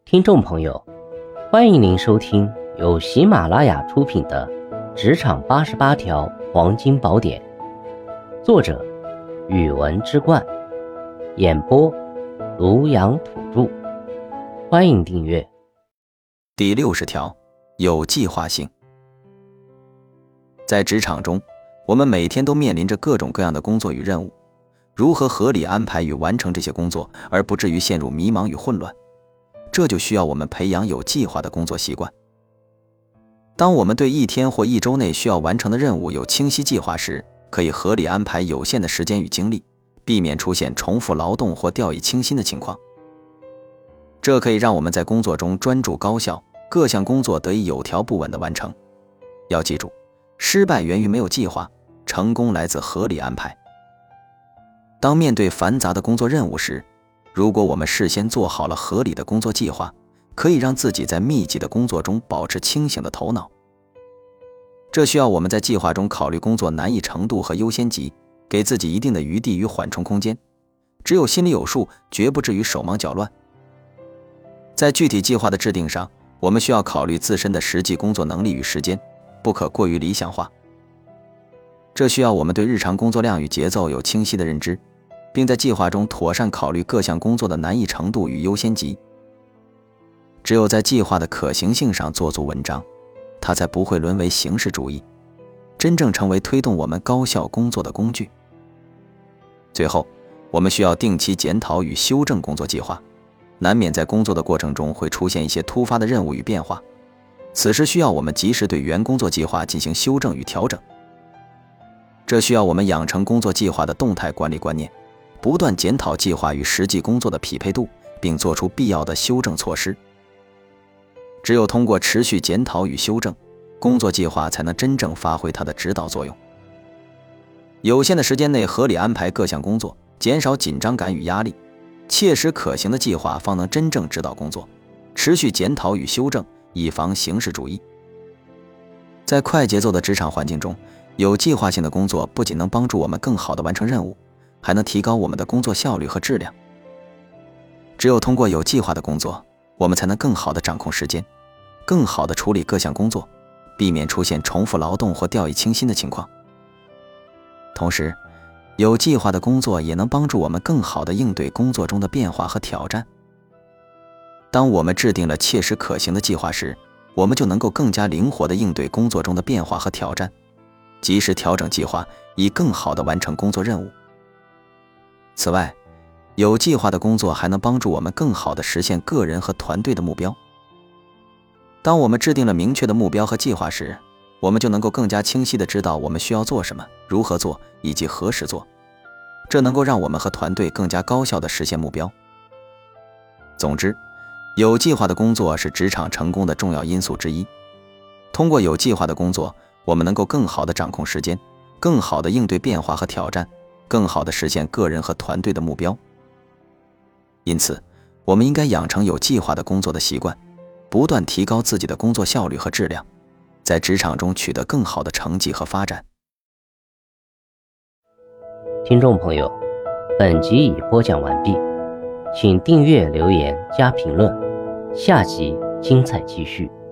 听众朋友，欢迎您收听由喜马拉雅出品的《职场88条黄金宝典》，作者语文之冠，演播庐阳土著。欢迎订阅。 第60条，有计划性。在职场中，我们每天都面临着各种各样的工作与任务，如何合理安排与完成这些工作，而不至于陷入迷茫与混乱，这就需要我们培养有计划的工作习惯。当我们对一天或一周内需要完成的任务有清晰计划时，可以合理安排有限的时间与精力，避免出现重复劳动或掉以轻心的情况。这可以让我们在工作中专注高效，各项工作得以有条不紊地完成。要记住，失败源于没有计划，成功来自合理安排。当面对繁杂的工作任务时，如果我们事先做好了合理的工作计划，可以让自己在密集的工作中保持清醒的头脑。这需要我们在计划中考虑工作难易程度和优先级，给自己一定的余地与缓冲空间。只有心里有数，绝不至于手忙脚乱。在具体计划的制定上，我们需要考虑自身的实际工作能力与时间，不可过于理想化。这需要我们对日常工作量与节奏有清晰的认知，并在计划中妥善考虑各项工作的难易程度与优先级。只有在计划的可行性上做足文章，它才不会沦为形式主义，真正成为推动我们高效工作的工具。最后，我们需要定期检讨与修正工作计划，难免在工作的过程中会出现一些突发的任务与变化，此时需要我们及时对原工作计划进行修正与调整。这需要我们养成工作计划的动态管理观念，不断检讨计划与实际工作的匹配度，并做出必要的修正措施。只有通过持续检讨与修正，工作计划才能真正发挥它的指导作用。有限的时间内合理安排各项工作，减少紧张感与压力，切实可行的计划方能真正指导工作。持续检讨与修正，以防形式主义。在快节奏的职场环境中，有计划性的工作不仅能帮助我们更好地完成任务，还能提高我们的工作效率和质量。只有通过有计划的工作，我们才能更好地掌控时间，更好地处理各项工作，避免出现重复劳动或掉以轻心的情况。同时，有计划的工作也能帮助我们更好地应对工作中的变化和挑战。当我们制定了切实可行的计划时，我们就能够更加灵活地应对工作中的变化和挑战，及时调整计划，以更好地完成工作任务。此外，有计划的工作还能帮助我们更好地实现个人和团队的目标。当我们制定了明确的目标和计划时，我们就能够更加清晰地知道我们需要做什么，如何做，以及何时做。这能够让我们和团队更加高效地实现目标。总之，有计划的工作是职场成功的重要因素之一。通过有计划的工作，我们能够更好地掌控时间，更好地应对变化和挑战，更好地实现个人和团队的目标。因此，我们应该养成有计划的工作的习惯，不断提高自己的工作效率和质量，在职场中取得更好的成绩和发展。 听众朋友，本集已播讲完毕，请订阅、留言、加评论，下集精彩继续。